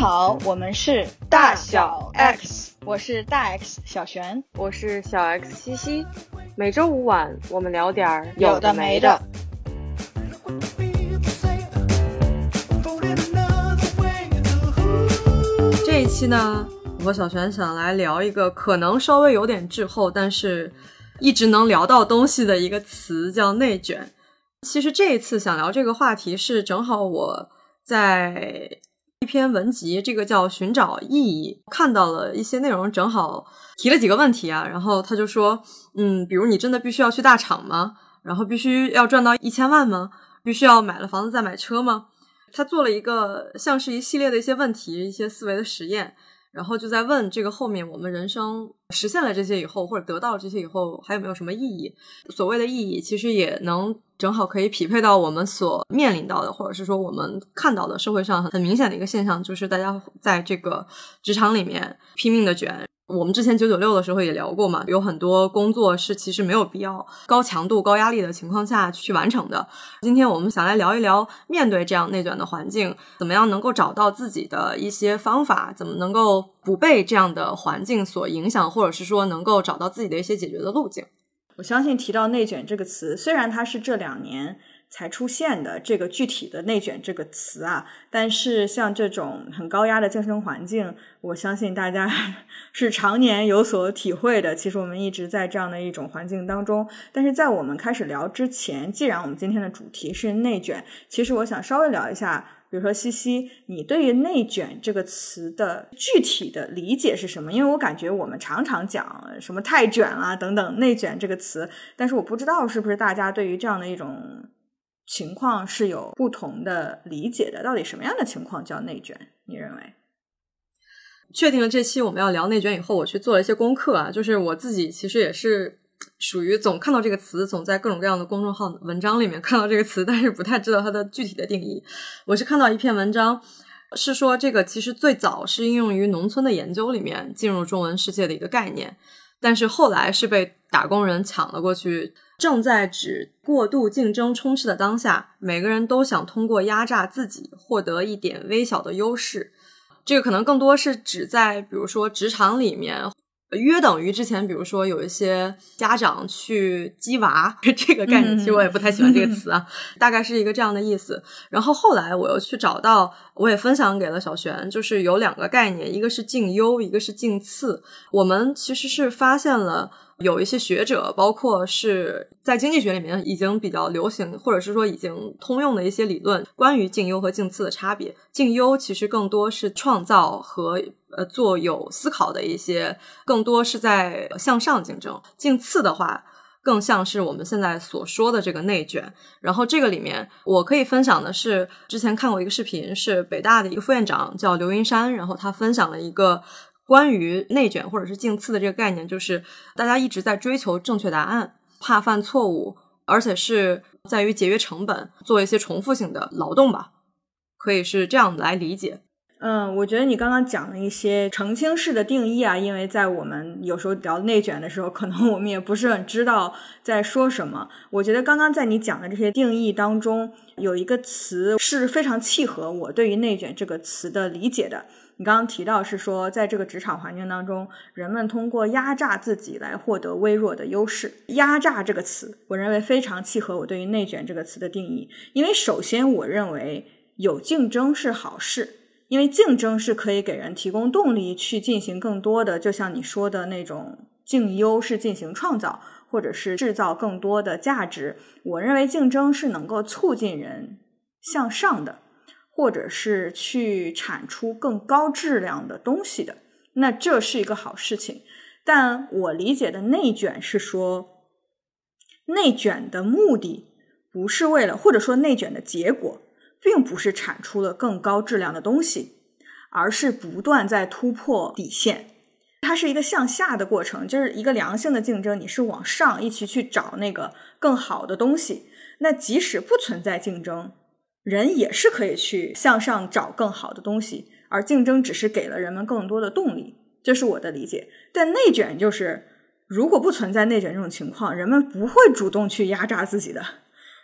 好，我们是大小 X， 我是大 X 小璇， 我是小 X 西西。每周五晚我们聊点有的没的。 这一期呢，我和小璇想来聊一个可能稍微有点滞后，但是一直能聊到东西的一个词，叫内卷。其实这一次想聊这个话题是正好我在一篇文集，这个叫寻找意义，看到了一些内容，正好提了几个问题啊，然后他就说比如你真的必须要去大厂吗？然后必须要赚到1000万吗？必须要买了房子再买车吗？他做了一个像是一系列的一些问题，一些思维的实验，然后就在问这个后面我们人生实现了这些以后，或者得到了这些以后还有没有什么意义。所谓的意义其实也能正好可以匹配到我们所面临到的，或者是说我们看到的社会上很明显的一个现象，就是大家在这个职场里面拼命的卷。我们之前996的时候也聊过嘛，有很多工作是其实没有必要高强度高压力的情况下去完成的。今天我们想来聊一聊，面对这样内卷的环境，怎么样能够找到自己的一些方法，怎么能够不被这样的环境所影响，或者是说能够找到自己的一些解决的路径。 我相信提到内卷这个词，虽然它是这2年才出现的这个具体的内卷这个词啊，但是像这种很高压的竞争环境，我相信大家是常年有所体会的。其实我们一直在这样的一种环境当中，但是在我们开始聊之前，既然我们今天的主题是内卷，其实我想稍微聊一下，比如说西西，你对于内卷这个词的具体的理解是什么？因为我感觉我们常常讲什么太卷啊等等内卷这个词，但是我不知道是不是大家对于这样的一种情况是有不同的理解的，到底什么样的情况叫内卷？你认为？ 确定了这期我们要聊内卷以后，我去做了一些功课啊，就是我自己其实也是属于总看到这个词，总在各种各样的公众号文章里面看到这个词，但是不太知道它的具体的定义。我是看到一篇文章是说，这个其实最早是应用于农村的研究里面进入中文世界的一个概念，但是后来是被打工人抢了过去。正在指过度竞争充斥的当下，每个人都想通过压榨自己获得一点微小的优势。这个可能更多是指在比如说职场里面，约等于之前比如说有一些家长去鸡娃这个概念，其实我也不太喜欢这个词啊，大概是一个这样的意思。然后后来我又去找到，我也分享给了小璇，就是有2个概念，一个是竞优，一个是竞次。我们其实是发现了有一些学者，包括是在经济学里面已经比较流行，或者是说已经通用的一些理论，关于竞优和竞次的差别。竞优其实更多是创造和做有思考的一些，更多是在向上竞争。竞次的话更像是我们现在所说的这个内卷。然后这个里面我可以分享的是，之前看过一个视频，是北大的一个副院长叫刘云山，然后他分享了一个关于内卷或者是竞次的这个概念，就是大家一直在追求正确答案，怕犯错误，而且是在于节约成本，做一些重复性的劳动吧，可以是这样来理解。 我觉得你刚刚讲了一些澄清式的定义啊，因为在我们有时候聊内卷的时候，可能我们也不是很知道在说什么。我觉得刚刚在你讲的这些定义当中，有一个词是非常契合我对于内卷这个词的理解的。你刚刚提到是说，在这个职场环境当中，人们通过压榨自己来获得微弱的优势。压榨这个词，我认为非常契合我对于内卷这个词的定义。因为首先我认为有竞争是好事，因为竞争是可以给人提供动力去进行更多的，就像你说的那种竞优是进行创造，或者是制造更多的价值。我认为竞争是能够促进人向上的，或者是去产出更高质量的东西的，那这是一个好事情。但我理解的内卷是说，内卷的目的不是为了，或者说内卷的结果并不是产出了更高质量的东西，而是不断在突破底线。它是一个向下的过程，就是一个良性的竞争，你是往上一起去找那个更好的东西。那即使不存在竞争，人也是可以去向上找更好的东西，而竞争只是给了人们更多的动力，这是我的理解。但内卷就是如果不存在内卷这种情况，人们不会主动去压榨自己的。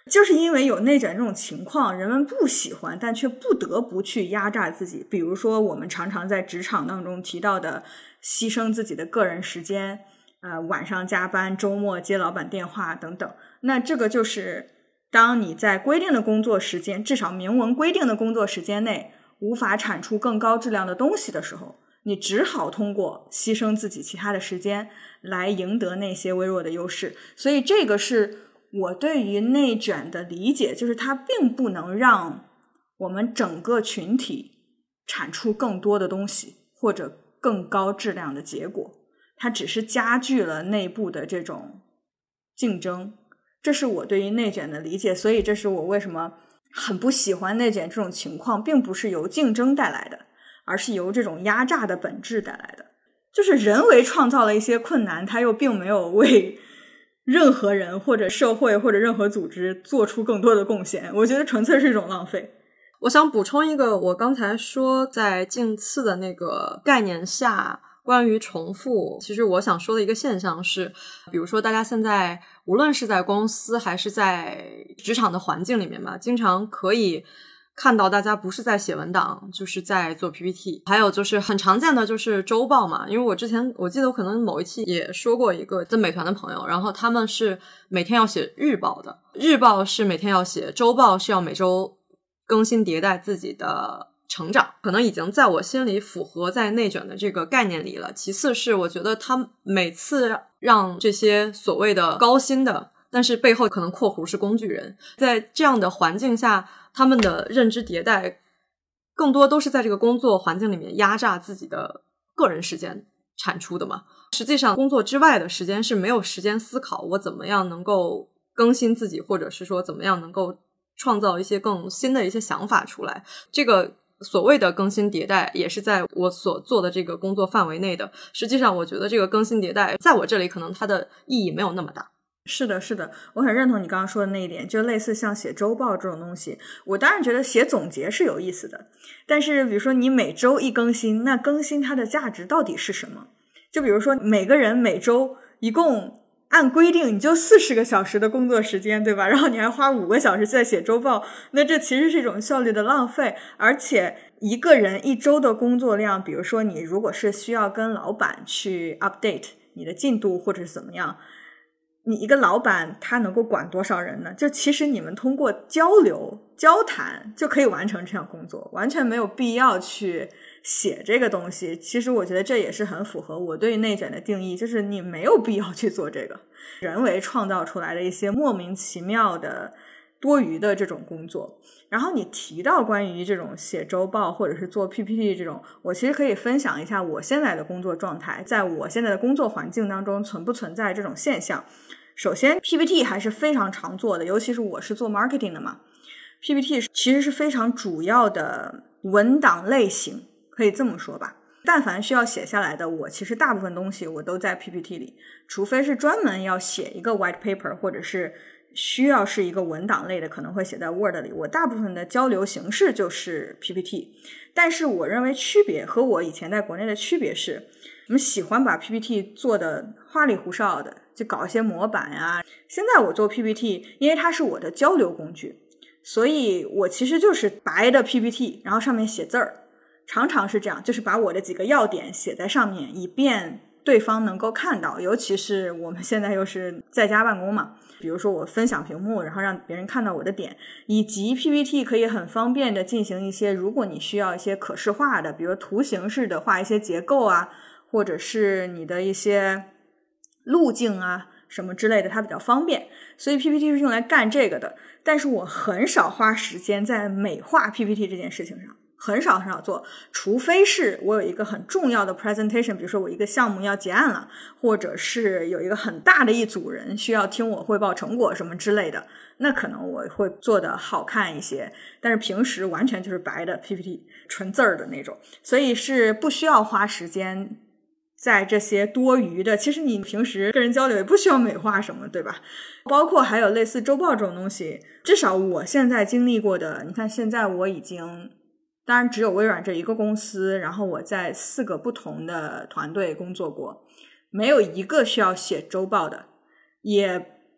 就是因为有内卷这种情况，人们不喜欢，但却不得不去压榨自己。比如说我们常常在职场当中提到的牺牲自己的个人时间，晚上加班，周末接老板电话等等。那这个就是当你在规定的工作时间，至少明文规定的工作时间内无法产出更高质量的东西的时候，你只好通过牺牲自己其他的时间来赢得那些微弱的优势。所以这个是我对于内卷的理解，就是它并不能让我们整个群体产出更多的东西或者更高质量的结果，它只是加剧了内部的这种竞争。这是我对于内卷的理解，所以这是我为什么很不喜欢内卷这种情况，并不是由竞争带来的，而是由这种压榨的本质带来的。就是人为创造了一些困难，它又并没有为任何人或者社会或者任何组织做出更多的贡献，我觉得纯粹是一种浪费。 我想补充一个，我刚才说在近次的那个概念下关于重复，其实我想说的一个现象是，比如说大家现在无论是在公司还是在职场的环境里面吧，经常可以看到大家不是在写文档就是在做 PPT， 还有就是很常见的就是周报嘛。因为我记得我可能某一期也说过一个在美团的朋友，然后他们是每天要写日报的，日报是每天要写，周报是要每周更新迭代自己的成长，可能已经在我心里符合在内卷的这个概念里了。其次是我觉得他每次让这些所谓的高薪的，但是背后可能括弧是工具人，在这样的环境下，他们的认知迭代更多都是在这个工作环境里面压榨自己的个人时间产出的嘛。实际上工作之外的时间是没有时间思考我怎么样能够更新自己，或者是说怎么样能够创造一些更新的一些想法出来。这个所谓的更新迭代也是在我所做的这个工作范围内的。实际上我觉得这个更新迭代在我这里可能它的意义没有那么大。 是的，是的，我很认同你刚刚说的那一点，就类似像写周报这种东西，我当然觉得写总结是有意思的，但是比如说你每周一更新，那更新它的价值到底是什么？就比如说每个人每周一共按规定你就40个小时的工作时间，对吧？然后你还花5个小时在写周报，那这其实是一种效率的浪费。而且一个人一周的工作量，比如说你如果是需要跟老板去 update 你的进度或者是怎么样，你一个老板他能够管多少人呢？就其实你们通过交流交谈就可以完成这项工作，完全没有必要去写这个东西。其实我觉得这也是很符合我对内卷的定义，就是你没有必要去做这个人为创造出来的一些莫名其妙的多余的这种工作。然后你提到关于这种写周报或者是做 PPT 这种，我其实可以分享一下我现在的工作状态，在我现在的工作环境当中存不存在这种现象。首先 PPT 还是非常常做的，尤其是我是做 marketing 的嘛， PPT 其实是非常主要的文档类型，可以这么说吧。但凡需要写下来的，我其实大部分东西我都在 PPT 里，除非是专门要写一个 white paper 或者是需要是一个文档类的，可能会写在 Word 里，我大部分的交流形式就是 PPT。 但是我认为区别和我以前在国内的区别是，我们喜欢把 PPT 做的花里胡哨的，就搞一些模板啊。现在我做 PPT 因为它是我的交流工具，所以我其实就是白的 PPT 然后上面写字儿，常常是这样，就是把我的几个要点写在上面，以便对方能够看到。尤其是我们现在又是在家办公嘛，比如说我分享屏幕，然后让别人看到我的点，以及 PPT 可以很方便的进行一些，如果你需要一些可视化的，比如图形式的画一些结构啊，或者是你的一些路径啊什么之类的，它比较方便，所以 PPT 是用来干这个的。但是我很少花时间在美化 PPT 这件事情上，很少做，除非是我有一个很重要的 presentation， 比如说我一个项目要结案了，或者是有一个很大的一组人需要听我汇报成果什么之类的，那可能我会做的好看一些。但是平时完全就是白的 PPT， 纯字儿的那种，所以是不需要花时间在这些多余的，其实你平时跟人交流也不需要美化什么，对吧？包括还有类似周报这种东西，至少我现在经历过的，你看现在我已经，当然只有微软这一个公司，然后我在4个不同的团队工作过，没有一个需要写周报的，也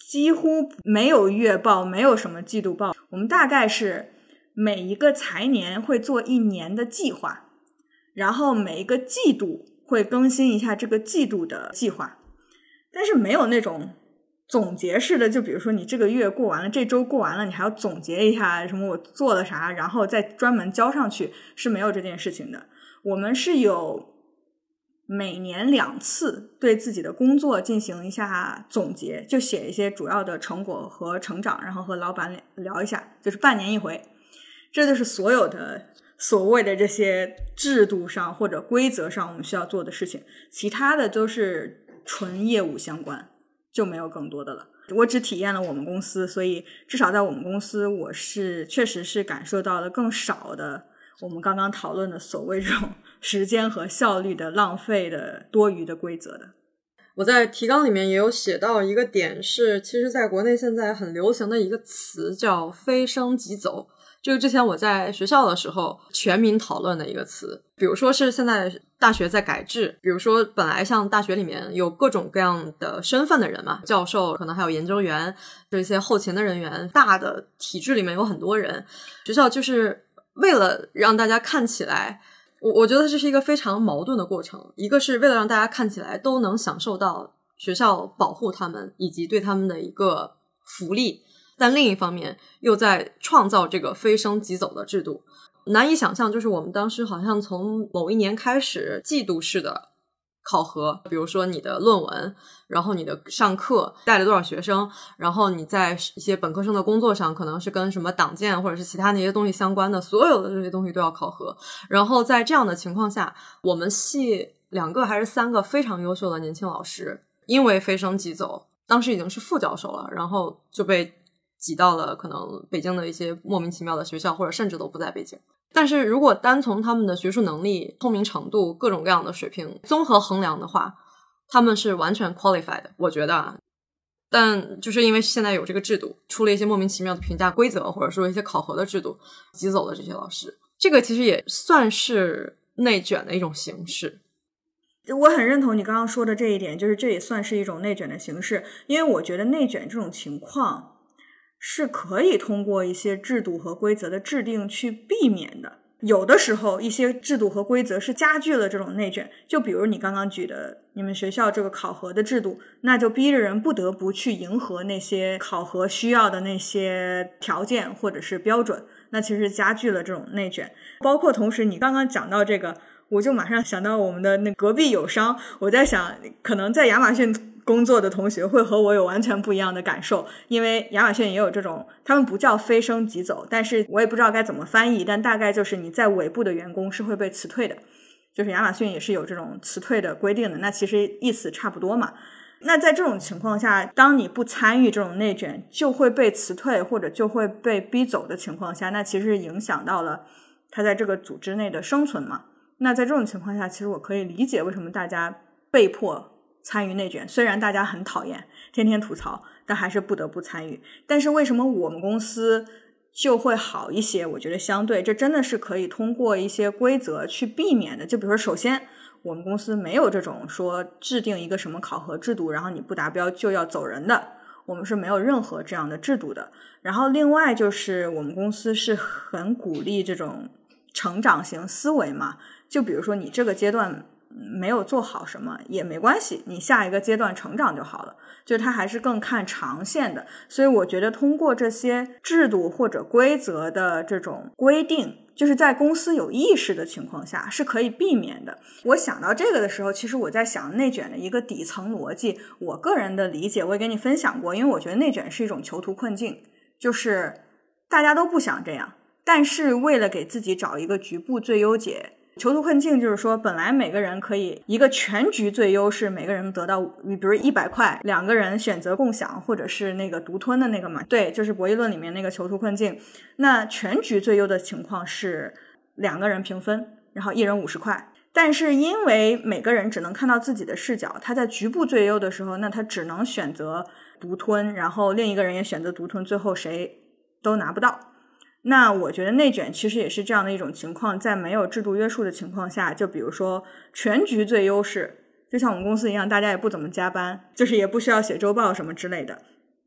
几乎没有月报，没有什么季度报，我们大概是每一个财年会做一年的计划，然后每一个季度会更新一下这个季度的计划，但是没有那种总结式的，就比如说你这个月过完了，这周过完了，你还要总结一下什么我做了啥，然后再专门交上去，是没有这件事情的。我们是有每年2次对自己的工作进行一下总结，就写一些主要的成果和成长，然后和老板聊一下，就是半年一回。这就是所有的所谓的这些制度上或者规则上我们需要做的事情，其他的都是纯业务相关，就没有更多的了。我只体验了我们公司，所以至少在我们公司我是确实是感受到了更少的我们刚刚讨论的所谓这种时间和效率的浪费的多余的规则的。 我在提纲里面也有写到一个点是，其实在国内现在很流行的一个词叫飞升即走，这个之前我在学校的时候全民讨论的一个词。比如说是现在大学在改制，比如说本来像大学里面有各种各样的身份的人嘛，教授可能还有研究员，这一些后勤的人员，大的体制里面有很多人，学校就是为了让大家看起来，我觉得这是一个非常矛盾的过程，一个是为了让大家看起来都能享受到学校保护他们以及对他们的一个福利，但另一方面又在创造这个飞升即走的制度。难以想象，就是我们当时好像从某一年开始季度式的考核，比如说你的论文，然后你的上课带了多少学生，然后你在一些本科生的工作上可能是跟什么党建或者是其他那些东西相关的，所有的这些东西都要考核。然后在这样的情况下，我们系2个还是3个非常优秀的年轻老师因为飞升即走，当时已经是副教授了，然后就被挤到了可能北京的一些莫名其妙的学校，或者甚至都不在北京。但是如果单从他们的学术能力、聪明程度、各种各样的水平综合衡量的话，他们是完全 qualified 的，我觉得啊。但就是因为现在有这个制度，出了一些莫名其妙的评价规则，或者说一些考核的制度，挤走了这些老师。这个其实也算是内卷的一种形式。 我很认同你刚刚说的这一点，就是这也算是一种内卷的形式，因为我觉得内卷这种情况是可以通过一些制度和规则的制定去避免的。有的时候一些制度和规则是加剧了这种内卷，就比如你刚刚举的你们学校这个考核的制度，那就逼着人不得不去迎合那些考核需要的那些条件或者是标准，那其实加剧了这种内卷。包括同时你刚刚讲到这个，我就马上想到我们的那隔壁友商，我在想可能在亚马逊工作的同学会和我有完全不一样的感受，因为亚马逊也有这种，他们不叫飞升即走，但是我也不知道该怎么翻译，但大概就是你在尾部的员工是会被辞退的，就是亚马逊也是有这种辞退的规定的，那其实意思差不多嘛。那在这种情况下，当你不参与这种内卷就会被辞退或者就会被逼走的情况下，那其实影响到了他在这个组织内的生存嘛。那在这种情况下，其实我可以理解为什么大家被迫参与内卷，虽然大家很讨厌天天吐槽，但还是不得不参与。但是为什么我们公司就会好一些，我觉得相对这真的是可以通过一些规则去避免的。就比如说首先我们公司没有这种说制定一个什么考核制度，然后你不达标就要走人的，我们是没有任何这样的制度的。然后另外就是我们公司是很鼓励这种成长型思维嘛，就比如说你这个阶段没有做好什么也没关系，你下一个阶段成长就好了，就是它还是更看长线的。所以我觉得通过这些制度或者规则的这种规定，就是在公司有意识的情况下是可以避免的。我想到这个的时候，其实我在想内卷的一个底层逻辑，我个人的理解我也跟你分享过，因为我觉得内卷是一种囚徒困境，就是大家都不想这样，但是为了给自己找一个局部最优解。囚徒困境就是说本来每个人可以一个全局最优是每个人得到比如100块，2个人选择共享或者是那个独吞的那个嘛，对，就是博弈论里面那个囚徒困境。那全局最优的情况是2个人平分，然后1人50块，但是因为每个人只能看到自己的视角，他在局部最优的时候，那他只能选择独吞，然后另一个人也选择独吞，最后谁都拿不到。那我觉得内卷其实也是这样的一种情况，在没有制度约束的情况下，就比如说全局最优势，就像我们公司一样，大家也不怎么加班，就是也不需要写周报什么之类的，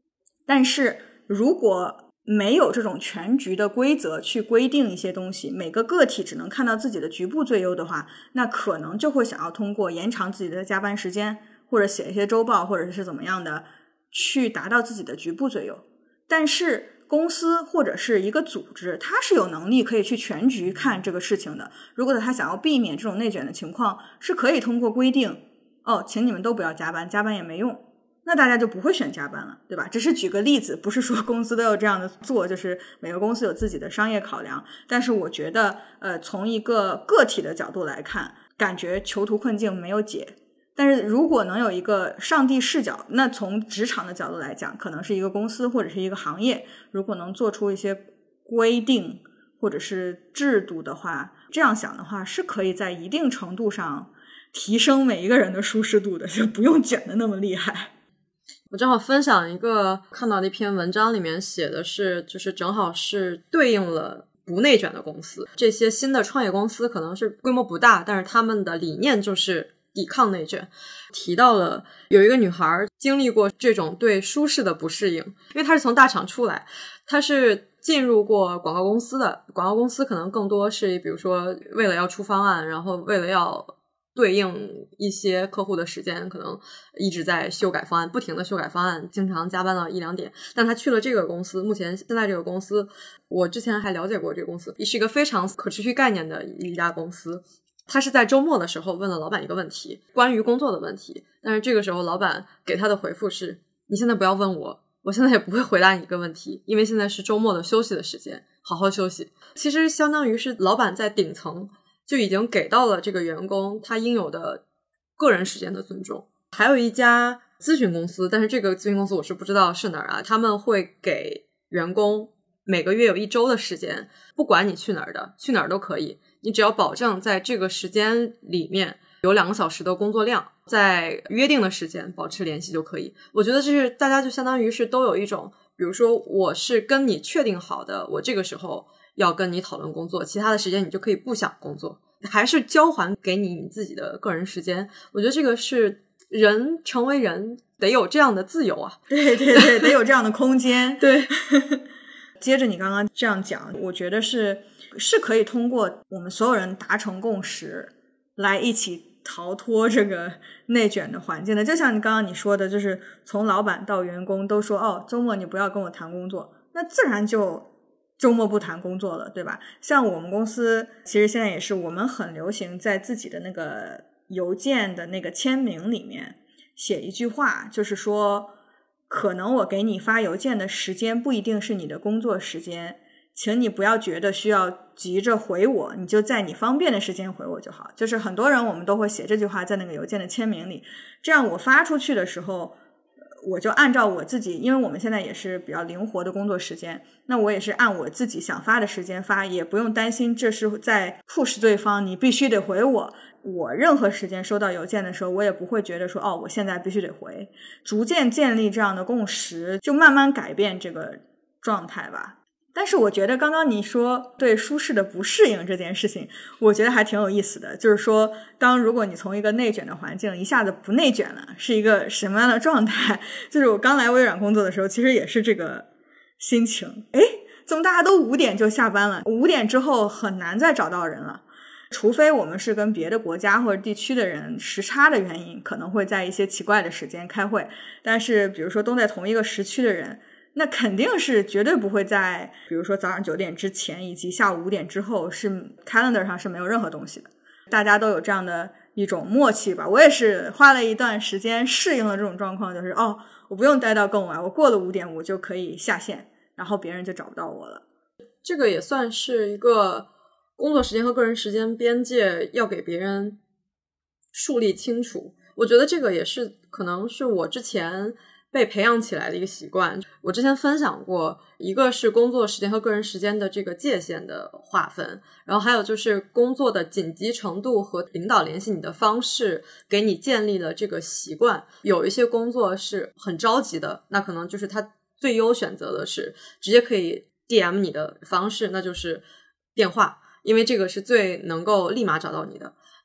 但是如果没有这种全局的规则去规定一些东西，每个个体只能看到自己的局部最优的话，那可能就会想要通过延长自己的加班时间，或者写一些周报，或者是怎么样的，去达到自己的局部最优。但是公司或者是一个组织，它是有能力可以去全局看这个事情的。如果他想要避免这种内卷的情况，是可以通过规定，请你们都不要加班，加班也没用，那大家就不会选加班了，对吧？只是举个例子，不是说公司都要这样的做，就是每个公司有自己的商业考量。但是我觉得从一个个体的角度来看，感觉囚徒困境没有解。但是如果能有一个上帝视角，那从职场的角度来讲，可能是一个公司或者是一个行业，如果能做出一些规定或者是制度的话，这样想的话是可以在一定程度上提升每一个人的舒适度的，就不用卷得那么厉害。 我正好分享一个看到的一篇文章，里面写的是就是正好是对应了不内卷的公司。这些新的创业公司可能是规模不大，但是他们的理念就是抵抗内卷。提到了有一个女孩经历过这种对舒适的不适应，因为她是从大厂出来，她是进入过广告公司的，广告公司可能更多是比如说为了要出方案，然后为了要对应一些客户的时间，可能一直在修改方案，不停的修改方案，经常加班到1-2点。但他去了这个公司，目前现在这个公司，我之前还了解过这个公司，也是一个非常可持续概念的一家公司。他是在周末的时候问了老板一个问题，关于工作的问题，但是这个时候老板给他的回复是，你现在不要问我，我现在也不会回答你一个问题，因为现在是周末的休息的时间，好好休息。其实相当于是老板在顶层就已经给到了这个员工他应有的个人时间的尊重。还有一家咨询公司，但是这个咨询公司我是不知道是哪儿啊，他们会给员工每个月有1周的时间，不管你去哪儿的，去哪儿都可以，你只要保证在这个时间里面有2个小时的工作量，在约定的时间保持联系就可以。我觉得这是大家就相当于是都有一种，比如说我是跟你确定好的，我这个时候要跟你讨论工作，其他的时间你就可以不想工作，还是交还给你自己的个人时间。我觉得这个是人成为人得有这样的自由啊。 对对对，得有这样的空间。 对。 接着你刚刚这样讲，我觉得是可以通过我们所有人达成共识来一起逃脱这个内卷的环境的。就像你刚刚你说的，就是从老板到员工都说周末你不要跟我谈工作，那自然就周末不谈工作了，对吧？像我们公司其实现在也是，我们很流行在自己的那个邮件的那个签名里面写一句话，就是说可能我给你发邮件的时间不一定是你的工作时间，请你不要觉得需要急着回我，你就在你方便的时间回我就好。就是很多人我们都会写这句话在那个邮件的签名里，这样我发出去的时候我就按照我自己，因为我们现在也是比较灵活的工作时间，那我也是按我自己想发的时间发，也不用担心这是在 push 对方你必须得回我。我任何时间收到邮件的时候，我也不会觉得说我现在必须得回，逐渐建立这样的共识，就慢慢改变这个状态吧。但是我觉得刚刚你说对舒适的不适应这件事情，我觉得还挺有意思的，就是说如果你从一个内卷的环境一下子不内卷了，是一个什么样的状态。就是我刚来微软工作的时候其实也是这个心情，怎么大家都5点就下班了，5点之后很难再找到人了，除非我们是跟别的国家或者地区的人时差的原因，可能会在一些奇怪的时间开会，但是比如说都在同一个时区的人，那肯定是绝对不会在比如说早上9点之前以及下午5点之后是 calendar 上是没有任何东西的。大家都有这样的一种默契吧。我也是花了一段时间适应了这种状况，就是我不用待到更晚，我过了5点我就可以下线，然后别人就找不到我了。 这个也算是一个工作时间和个人时间边界要给别人树立清楚。我觉得这个也是可能是我之前被培养起来的一个习惯。我之前分享过，一个是工作时间和个人时间的这个界限的划分，然后还有就是工作的紧急程度和领导联系你的方式给你建立了这个习惯。有一些工作是很着急的，那可能就是他最优选择的是直接可以 DM 你的方式，那就是电话，因为这个是最能够立马找到你的。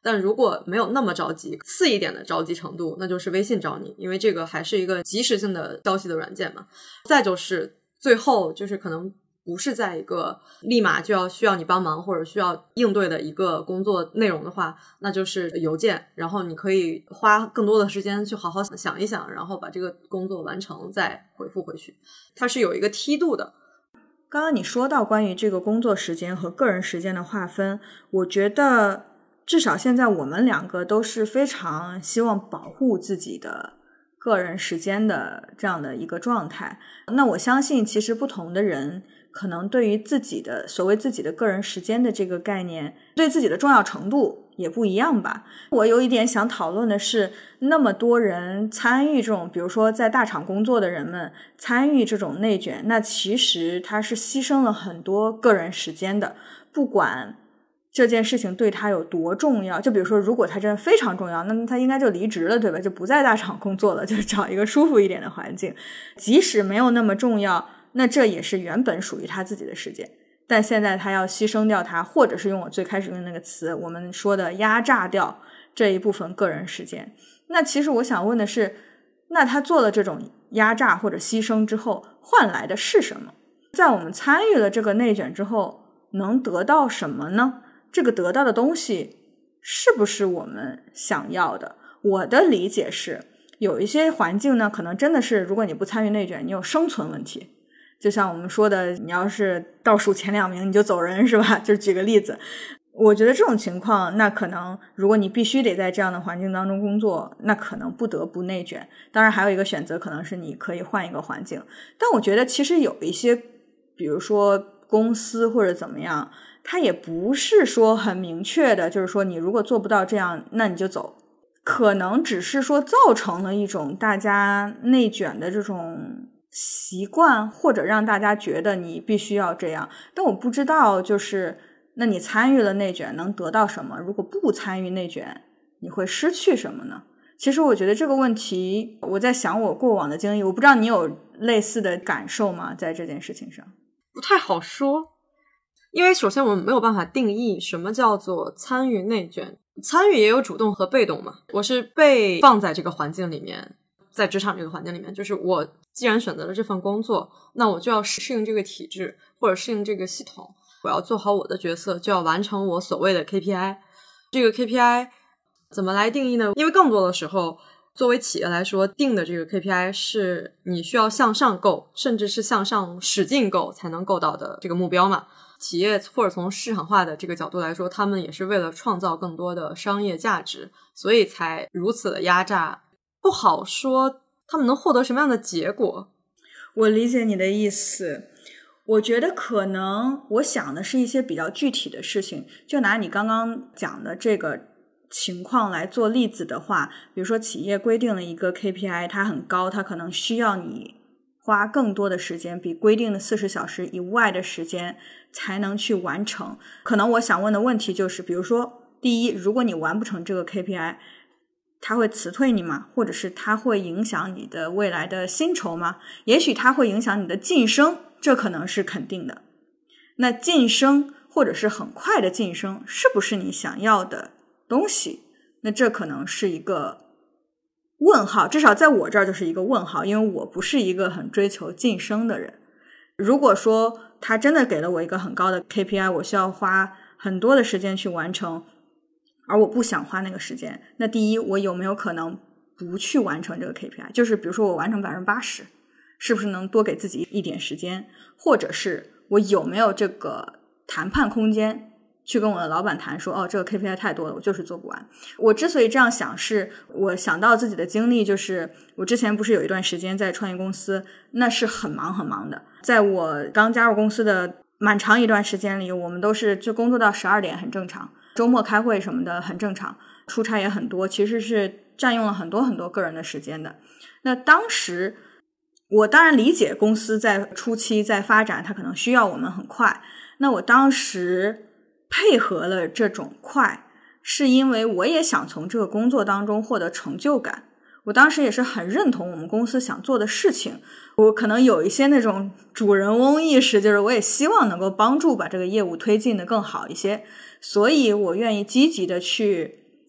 但如果没有那么着急，次一点的着急程度，那就是微信找你，因为这个还是一个即时性的消息的软件嘛。再就是最后就是可能不是在一个立马就需要你帮忙或者需要应对的一个工作内容的话，那就是邮件，然后你可以花更多的时间去好好想一想，然后把这个工作完成再回复回去。它是有一个梯度的。 刚刚你说到关于这个工作时间和个人时间的划分，我觉得至少现在我们两个都是非常希望保护自己的个人时间的这样的一个状态。那我相信其实不同的人可能对于自己的所谓自己的个人时间的这个概念，对自己的重要程度也不一样吧。我有一点想讨论的是，那么多人参与这种比如说在大厂工作的人们参与这种内卷，那其实他是牺牲了很多个人时间的，不管这件事情对他有多重要。就比如说如果他真的非常重要，那他应该就离职了，对吧？就不在大厂工作了，就找一个舒服一点的环境。即使没有那么重要，那这也是原本属于他自己的时间，但现在他要牺牲掉它，或者是用我最开始用的那个词我们说的压榨掉这一部分个人时间。那其实我想问的是，那他做了这种压榨或者牺牲之后换来的是什么？在我们参与了这个内卷之后能得到什么呢？这个得到的东西是不是我们想要的？我的理解是，有一些环境呢可能真的是如果你不参与内卷，你有生存问题，就像我们说的，你要是倒数前2名你就走人，是吧？就是举个例子，我觉得这种情况，那可能如果你必须得在这样的环境当中工作，那可能不得不内卷。当然还有一个选择可能是你可以换一个环境，但我觉得其实有一些比如说公司或者怎么样，它也不是说很明确的，就是说你如果做不到这样那你就走，可能只是说造成了一种大家内卷的这种习惯，或者让大家觉得你必须要这样。但我不知道就是那你参与了内卷能得到什么，如果不参与内卷你会失去什么呢？其实我觉得这个问题，我在想我过往的经历，我不知道你有类似的感受吗？在这件事情上不太好说，因为首先我们没有办法定义什么叫做参与内卷。参与也有主动和被动嘛，我是被放在这个环境里面，在职场这个环境里面，就是我既然选择了这份工作，那我就要适应这个体制或者适应这个系统，我要做好我的角色，就要完成我所谓的 KPI。 这个 KPI 怎么来定义呢？因为更多的时候作为企业来说，定的这个 KPI 是你需要向上够，甚至是向上使劲够才能够到的这个目标嘛。企业或者从市场化的这个角度来说，他们也是为了创造更多的商业价值，所以才如此的压榨。不好说他们能获得什么样的结果。 我理解你的意思，我觉得可能我想的是一些比较具体的事情，就拿你刚刚讲的这个情况来做例子的话，比如说企业规定了一个 KPI 它很高，它可能需要你花更多的时间，比规定的40小时以外的时间才能去完成。可能我想问的问题就是，比如说第一，如果你完不成这个 KPI， 它会辞退你吗？或者是它会影响你的未来的薪酬吗？也许它会影响你的晋升，这可能是肯定的。那晋升或者是很快的晋升是不是你想要的东西？那这可能是一个问号，至少在我这儿就是一个问号，因为我不是一个很追求晋升的人。如果说他真的给了我一个很高的 KPI， 我需要花很多的时间去完成，而我不想花那个时间，那第一，我有没有可能不去完成这个 KPI？ 就是比如说我完成 80%， 是不是能多给自己一点时间？或者是我有没有这个谈判空间去跟我的老板谈说，这个 KPI 太多了，我就是做不完。我之所以这样想，是我想到自己的经历，就是我之前不是有一段时间在创业公司，那是很忙很忙的。在我刚加入公司的蛮长一段时间里，我们都是就工作到12点很正常，周末开会什么的很正常，出差也很多，其实是占用了很多很多个人的时间的。那当时我当然理解公司在初期在发展，它可能需要我们很快，那我当时配合了这种快，是因为我也想从这个工作当中获得成就感。我当时也是很认同我们公司想做的事情，我可能有一些那种主人翁意识，就是我也希望能够帮助把这个业务推进的更好一些，所以我愿意积极的去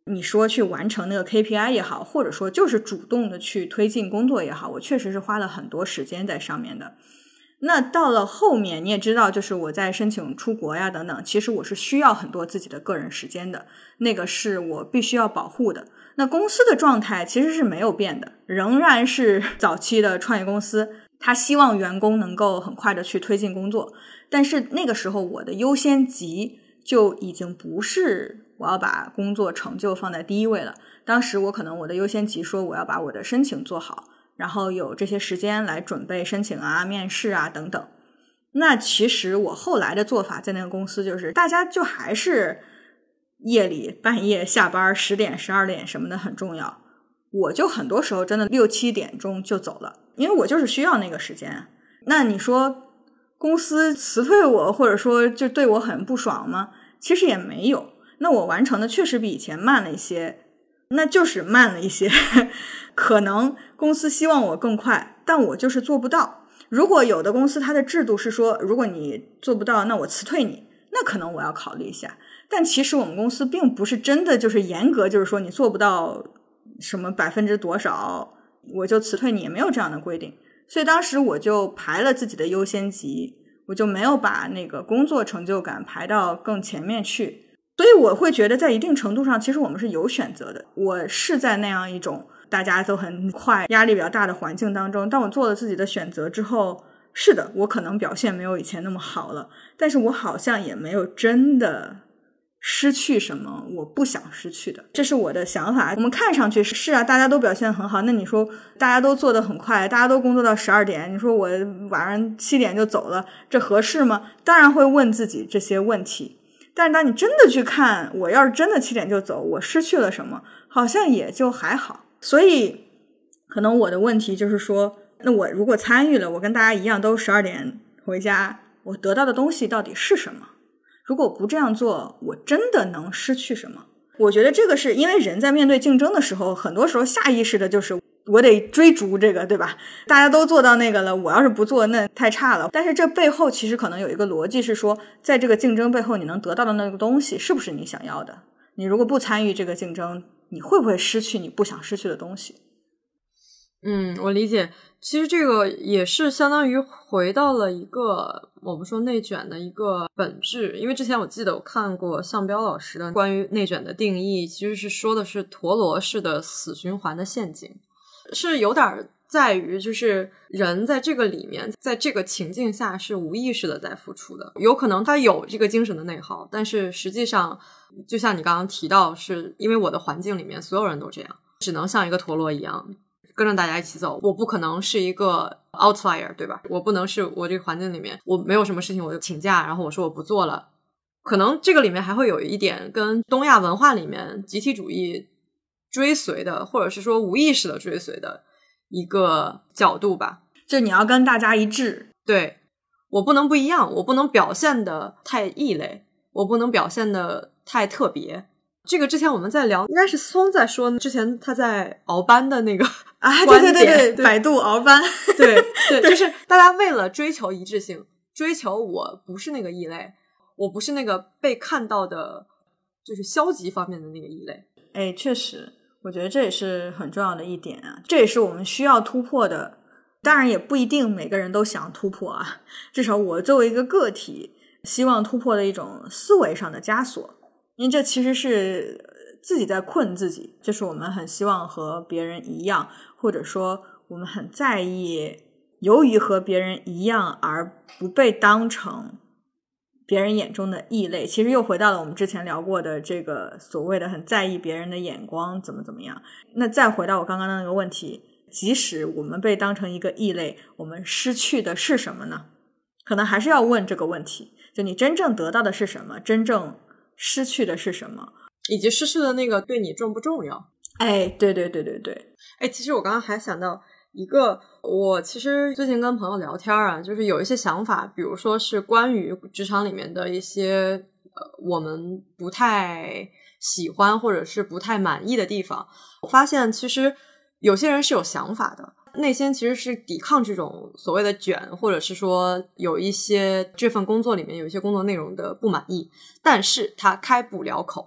你说去完成那个 KPI 也好，或者说就是主动的去推进工作也好，我确实是花了很多时间在上面的。那到了后面你也知道，就是我在申请出国呀等等，其实我是需要很多自己的个人时间的，那个是我必须要保护的。那公司的状态其实是没有变的，仍然是早期的创业公司，他希望员工能够很快的去推进工作，但是那个时候我的优先级就已经不是我要把工作成就放在第一位了。当时我可能我的优先级说我要把我的申请做好，然后有这些时间来准备申请啊、面试啊等等。那其实我后来的做法在那个公司就是大家就还是夜里半夜下班10点12点什么的很重要，我就很多时候真的6、7点钟就走了，因为我就是需要那个时间。那你说公司辞退我或者说就对我很不爽吗？其实也没有，那我完成的确实比以前慢了一些，那就是慢了一些可能公司希望我更快，但我就是做不到。如果有的公司它的制度是说如果你做不到那我辞退你，那可能我要考虑一下。但其实我们公司并不是真的就是严格，就是说你做不到什么%多少我就辞退你，也没有这样的规定。所以当时我就排了自己的优先级，我就没有把那个工作成就感排到更前面去。所以我会觉得在一定程度上其实我们是有选择的。我是在那样一种大家都很快压力比较大的环境当中，当我做了自己的选择之后，是的，我可能表现没有以前那么好了，但是我好像也没有真的失去什么我不想失去的，这是我的想法。我们看上去是啊，大家都表现很好，那你说大家都做得很快，大家都工作到12点，你说我晚上7点就走了，这合适吗？当然会问自己这些问题。但是当你真的去看，我要是真的7点就走，我失去了什么？好像也就还好。所以可能我的问题就是说，那我如果参与了，我跟大家一样都12点回家，我得到的东西到底是什么？如果不这样做，我真的能失去什么？我觉得这个是因为人在面对竞争的时候，很多时候下意识的就是我得追逐这个，对吧？大家都做到那个了，我要是不做那太差了。但是这背后其实可能有一个逻辑是说，在这个竞争背后你能得到的那个东西是不是你想要的？你如果不参与这个竞争，你会不会失去你不想失去的东西？ 我理解。其实这个也是相当于回到了一个我们说内卷的一个本质。因为之前我记得我看过向彪老师的关于内卷的定义，其实是说的是陀螺式的死循环的陷阱，是有点在于就是人在这个里面，在这个情境下是无意识的在付出的。有可能他有这个精神的内耗，但是实际上就像你刚刚提到，是因为我的环境里面所有人都这样，只能像一个陀螺一样跟着大家一起走，我不可能是一个 outlier， 对吧？我不能是我这个环境里面我没有什么事情我就请假，然后我说我不做了。可能这个里面还会有一点跟东亚文化里面集体主义追随的，或者是说无意识的追随的一个角度吧， 就你要跟大家一致。 对，我不能不一样，我不能表现的太异类，我不能表现的太特别。这个之前我们在聊，应该是松在说之前他在熬班的那个对，百度熬班对，就是大家为了追求一致性，追求我不是那个异类，我不是那个被看到的就是消极方面的那个异类。 确实我觉得这也是很重要的一点啊，这也是我们需要突破的。当然也不一定每个人都想突破啊，至少我作为一个个体希望突破的一种思维上的枷锁，因为这其实是自己在困自己，就是我们很希望和别人一样，或者说我们很在意由于和别人一样而不被当成别人眼中的异类。其实又回到了我们之前聊过的这个所谓的很在意别人的眼光怎么样。那再回到我刚刚的那个问题，即使我们被当成一个异类，我们失去的是什么呢？可能还是要问这个问题，就你真正得到的是什么，真正失去的是什么， 以及失去的那个对你重不重要。 对。 其实我刚刚还想到一个，我其实最近跟朋友聊天啊，就是有一些想法，比如说是关于职场里面的一些我们不太喜欢或者是不太满意的地方。我发现其实有些人是有想法的，内心其实是抵抗这种所谓的卷，或者是说有一些这份工作里面有一些工作内容的不满意，但是他开不了口。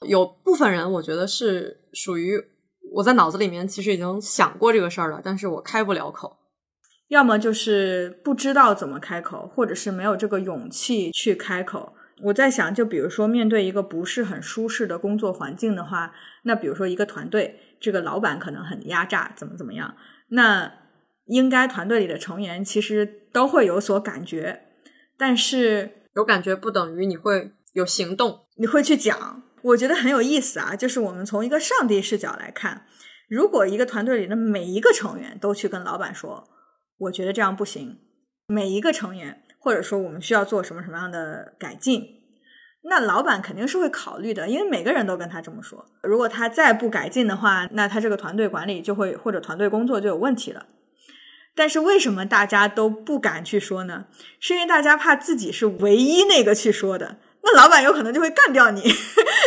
有部分人我觉得是属于我在脑子里面其实已经想过这个事儿了，但是我开不了口， 要么就是不知道怎么开口，或者是没有这个勇气去开口。我在想，就比如说面对一个不是很舒适的工作环境的话，那比如说一个团队，这个老板可能很压榨，怎么样，那应该团队里的成员其实都会有所感觉，但是有感觉不等于你会有行动， 你会去讲。我觉得很有意思啊，就是我们从一个上帝视角来看，如果一个团队里的每一个成员都去跟老板说我觉得这样不行，每一个成员或者说我们需要做什么什么样的改进，那老板肯定是会考虑的，因为每个人都跟他这么说。如果他再不改进的话，那他这个团队管理就会或者团队工作就有问题了。但是为什么大家都不敢去说呢？是因为大家怕自己是唯一那个去说的，那老板有可能就会干掉你这又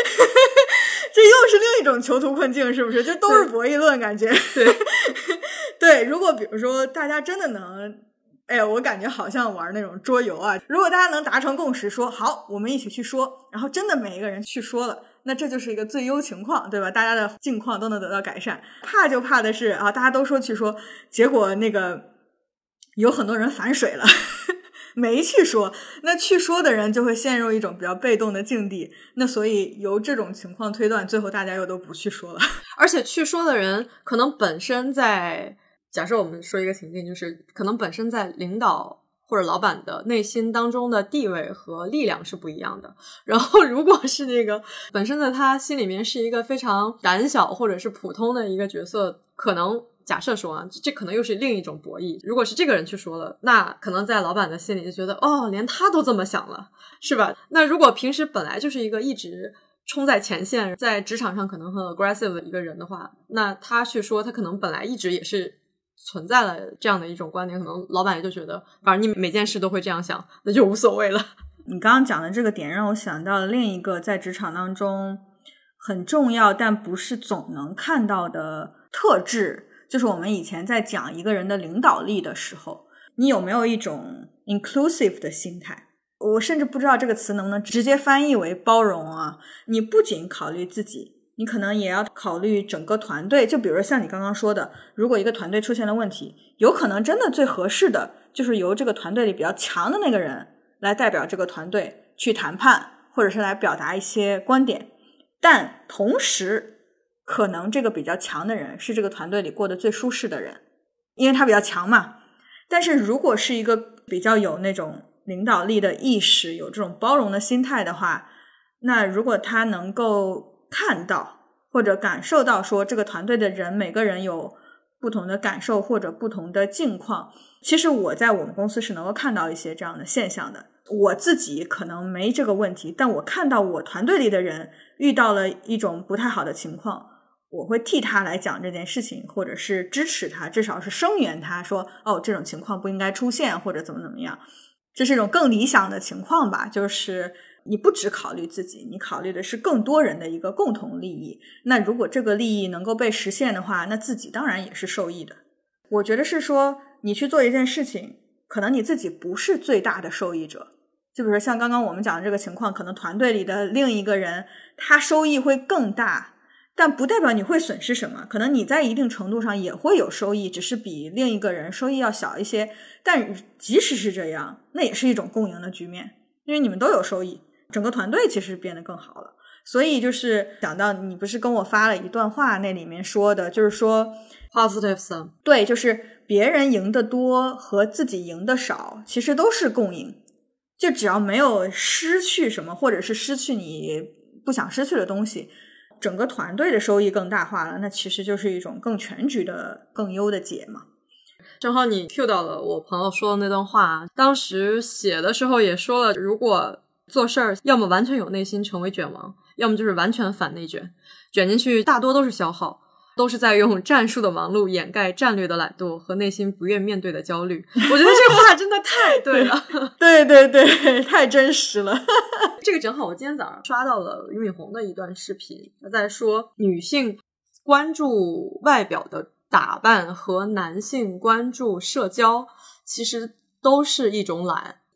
是另一种囚徒困境，是不是？这都是博弈论感觉。 对对，如果比如说大家真的能我感觉好像玩那种桌游啊，如果大家能达成共识说好我们一起去说，然后真的每一个人去说了，那这就是一个最优情况，对吧？大家的境况都能得到改善。怕就怕的是啊，大家都说去说，结果那个有很多人反水了没去说，那去说的人就会陷入一种比较被动的境地，那所以由这种情况推断，最后大家又都不去说了。 而且去说的人可能本身在，假设我们说一个情境，就是可能本身在领导或者老板的内心当中的地位和力量是不一样的，然后如果是那个本身在他心里面是一个非常胆小或者是普通的一个角色，可能假设说啊，这可能又是另一种博弈。如果是这个人去说了，那可能在老板的心里就觉得哦，连他都这么想了，是吧？那如果平时本来就是一个一直冲在前线，在职场上可能很 aggressive 的一个人的话，那他去说，他可能本来一直也是存在了这样的一种观点，可能老板也就觉得反正你每件事都会这样想，那就无所谓了。 你刚刚讲的这个点让我想到了另一个在职场当中很重要但不是总能看到的特质，就是我们以前在讲一个人的领导力的时候，你有没有一种 inclusive 的心态？我甚至不知道这个词能不能直接翻译为包容啊。你不仅考虑自己，你可能也要考虑整个团队。就比如说像你刚刚说的，如果一个团队出现了问题，有可能真的最合适的就是由这个团队里比较强的那个人来代表这个团队去谈判，或者是来表达一些观点。但同时可能这个比较强的人是这个团队里过得最舒适的人，因为他比较强嘛。但是如果是一个比较有那种领导力的意识，有这种包容的心态的话，那如果他能够看到或者感受到说这个团队的人每个人有不同的感受或者不同的境况，其实我在我们公司是能够看到一些这样的现象的。我自己可能没这个问题，但我看到我团队里的人遇到了一种不太好的情况，我会替他来讲这件事情，或者是支持他，至少是声援他说哦，这种情况不应该出现，或者怎么样。这是一种更理想的情况吧，就是你不只考虑自己，你考虑的是更多人的一个共同利益。那如果这个利益能够被实现的话，那自己当然也是受益的。我觉得是说你去做一件事情，可能你自己不是最大的受益者，就比如说像刚刚我们讲的这个情况，可能团队里的另一个人他收益会更大，但不代表你会损失什么，可能你在一定程度上也会有收益，只是比另一个人收益要小一些。但即使是这样，那也是一种共赢的局面，因为你们都有收益，整个团队其实变得更好了。所以就是讲到你不是跟我发了一段话，那里面说的就是说 positive sum， 对，就是别人赢得多和自己赢得少其实都是共赢，就只要没有失去什么，或者是失去你不想失去的东西，整个团队的收益更大化了，那其实就是一种更全局的更优的解嘛。 正好你 cue 到了我朋友说的那段话，当时写的时候也说了，如果做事儿要么完全有内心成为卷王，要么就是完全反内卷，卷进去大多都是消耗，都是在用战术的忙碌掩盖战略的懒惰和内心不愿面对的焦虑。我觉得这话真的太对了对对对，太真实了这个正好我今天早上刷到了俞敏洪的一段视频，他在说女性关注外表的打扮和男性关注社交其实都是一种懒。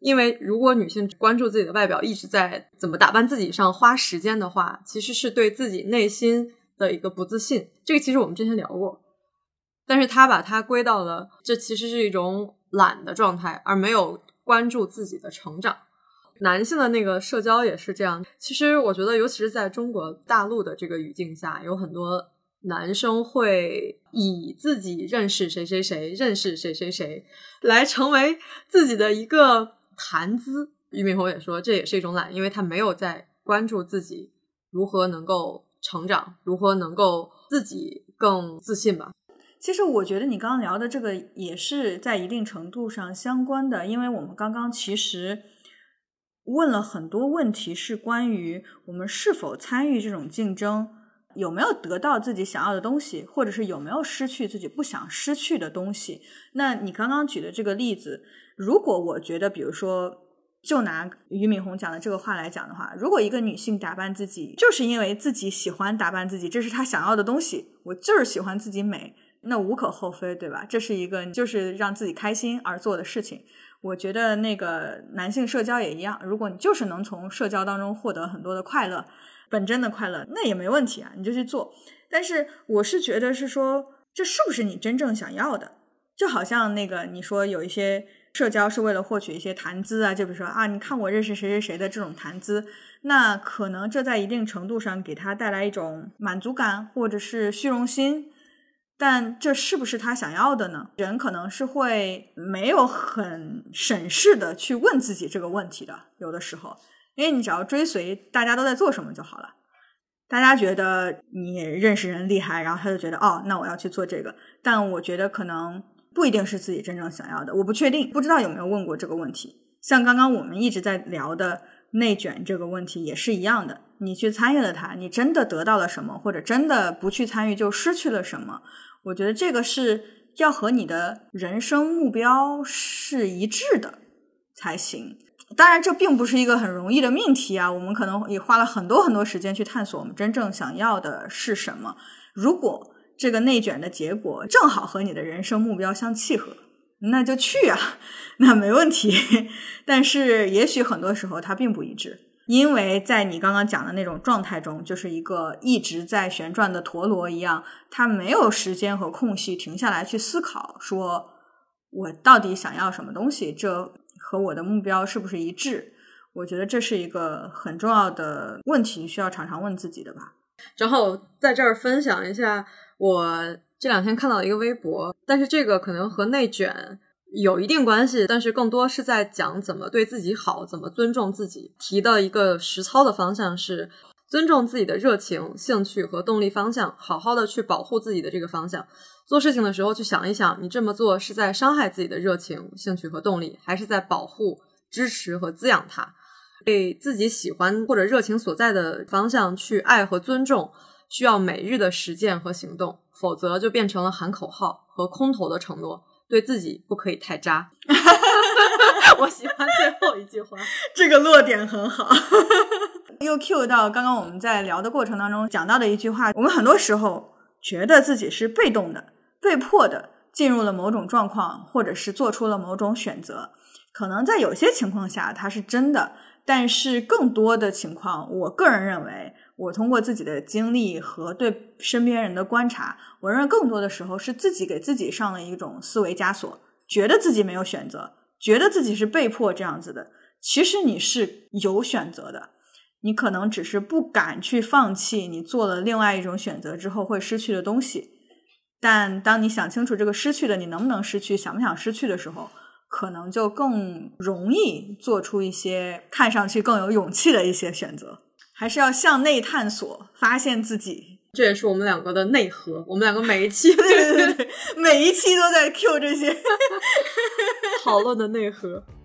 因为如果女性关注自己的外表，一直在怎么打扮自己上花时间的话，其实是对自己内心的一个不自信。这个其实我们之前聊过，但是他把它归到了这其实是一种懒的状态，而没有关注自己的成长。男性的那个社交也是这样，其实我觉得尤其是在中国大陆的这个语境下，有很多男生会以自己认识谁谁谁认识谁谁谁来成为自己的一个谈资。俞敏洪也说这也是一种懒，因为他没有在关注自己如何能够成长，如何能够自己更自信吧。 其实我觉得你刚刚聊的这个也是在一定程度上相关的，因为我们刚刚其实问了很多问题，是关于我们是否参与这种竞争，有没有得到自己想要的东西，或者是有没有失去自己不想失去的东西。那你刚刚举的这个例子，如果我觉得比如说就拿俞敏洪讲的这个话来讲的话，如果一个女性打扮自己就是因为自己喜欢打扮自己，这是她想要的东西，我就是喜欢自己美，那无可厚非，对吧？这是一个就是让自己开心而做的事情。我觉得那个男性社交也一样，如果你就是能从社交当中获得很多的快乐，本真的快乐，那也没问题啊，你就去做。但是我是觉得是说，这是不是你真正想要的？就好像那个你说有一些社交是为了获取一些谈资啊，就比如说啊，你看我认识谁谁谁的这种谈资，那可能这在一定程度上给他带来一种满足感或者是虚荣心，但这是不是他想要的呢？人可能是会没有很审视的去问自己这个问题的，有的时候，因为你只要追随大家都在做什么就好了。大家觉得你认识人厉害，然后他就觉得哦，那我要去做这个，但我觉得可能不一定是自己真正想要的，我不确定，不知道有没有问过这个问题。像刚刚我们一直在聊的内卷这个问题也是一样的，你去参与了它，你真的得到了什么，或者真的不去参与就失去了什么，我觉得这个是要和你的人生目标是一致的才行。当然这并不是一个很容易的命题啊，我们可能也花了很多很多时间去探索我们真正想要的是什么。如果这个内卷的结果正好和你的人生目标相契合，那就去啊，那没问题。但是也许很多时候它并不一致，因为在你刚刚讲的那种状态中，就是一个一直在旋转的陀螺一样，它没有时间和空隙停下来去思考说我到底想要什么东西，这和我的目标是不是一致。我觉得这是一个很重要的问题，需要常常问自己的吧。 然后在这儿分享一下我这两天看到的一个微博，但是这个可能和内卷有一定关系，但是更多是在讲怎么对自己好，怎么尊重自己。提的一个实操的方向是尊重自己的热情、兴趣和动力方向，好好的去保护自己的这个方向。做事情的时候去想一想，你这么做是在伤害自己的热情、兴趣和动力，还是在保护、支持和滋养它。对自己喜欢或者热情所在的方向去爱和尊重，需要每日的实践和行动，否则就变成了喊口号和空头的承诺，对自己不可以太渣。我喜欢最后一句话， 这个落点很好。又 cue 到刚刚我们在聊的过程当中讲到的一句话，我们很多时候觉得自己是被动的、被迫的进入了某种状况，或者是做出了某种选择。可能在有些情况下它是真的，但是更多的情况，我个人认为，我通过自己的经历和对身边人的观察，我认为更多的时候是自己给自己上了一种思维枷锁，觉得自己没有选择，觉得自己是被迫这样子的。其实你是有选择的，你可能只是不敢去放弃你做了另外一种选择之后会失去的东西。但当你想清楚这个失去的你能不能失去，想不想失去的时候，可能就更容易做出一些看上去更有勇气的一些选择。还是要向内探索，发现自己。 这也是我们两个的内核，我们两个每一期对，每一期都在 cue 这些讨论的内核。